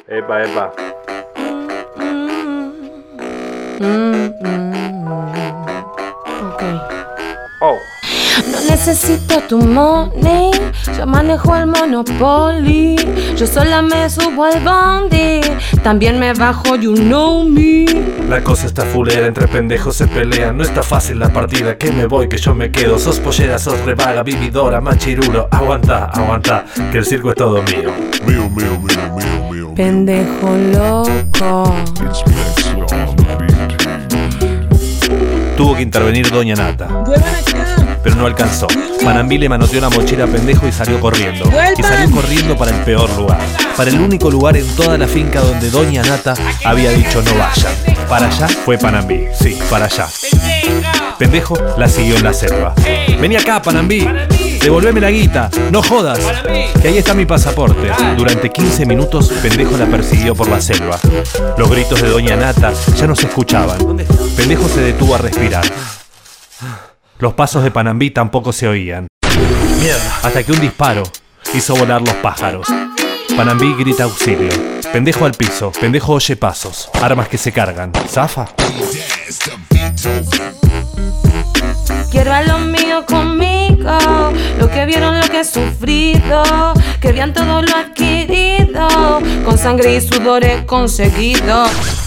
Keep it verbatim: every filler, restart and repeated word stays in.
Epa, epa. Mm, mm, ok. Oh. No necesito tu money, yo manejo el Monopoly. Yo sola me subo al bondi, también me bajo, you know me. La cosa está fulera, entre pendejos se pelean. No está fácil la partida, que me voy, que yo me quedo. Sos pollera, sos revaga, vividora, machirulo. Aguanta, aguanta, que el circo es todo mío. Mío, mío, mío, mío, mío. Pendejo loco. Tuvo que intervenir Doña Nata, pero no alcanzó. Panambí le manoteó una mochila a Pendejo y salió corriendo. Y salió corriendo para el peor lugar, para el único lugar en toda la finca donde Doña Nata había dicho no vayan. Para allá fue Panambí, sí, para allá. Pendejo la siguió en la selva. Vení acá, Panambí, devolveme la guita, no jodas, que ahí está mi pasaporte. Durante quince minutos Pendejo la persiguió por la selva. Los gritos de Doña Nata ya no se escuchaban. Pendejo se detuvo a respirar. Los pasos de Panambí tampoco se oían. Mierda. Hasta que un disparo hizo volar los pájaros. Panambí grita auxilio. Pendejo al piso. Pendejo oye pasos. Armas que se cargan. ¿Zafa? Quiero a los míos conmigo, los que vieron lo que he sufrido, que vean todo lo adquirido, con sangre y sudor he conseguido.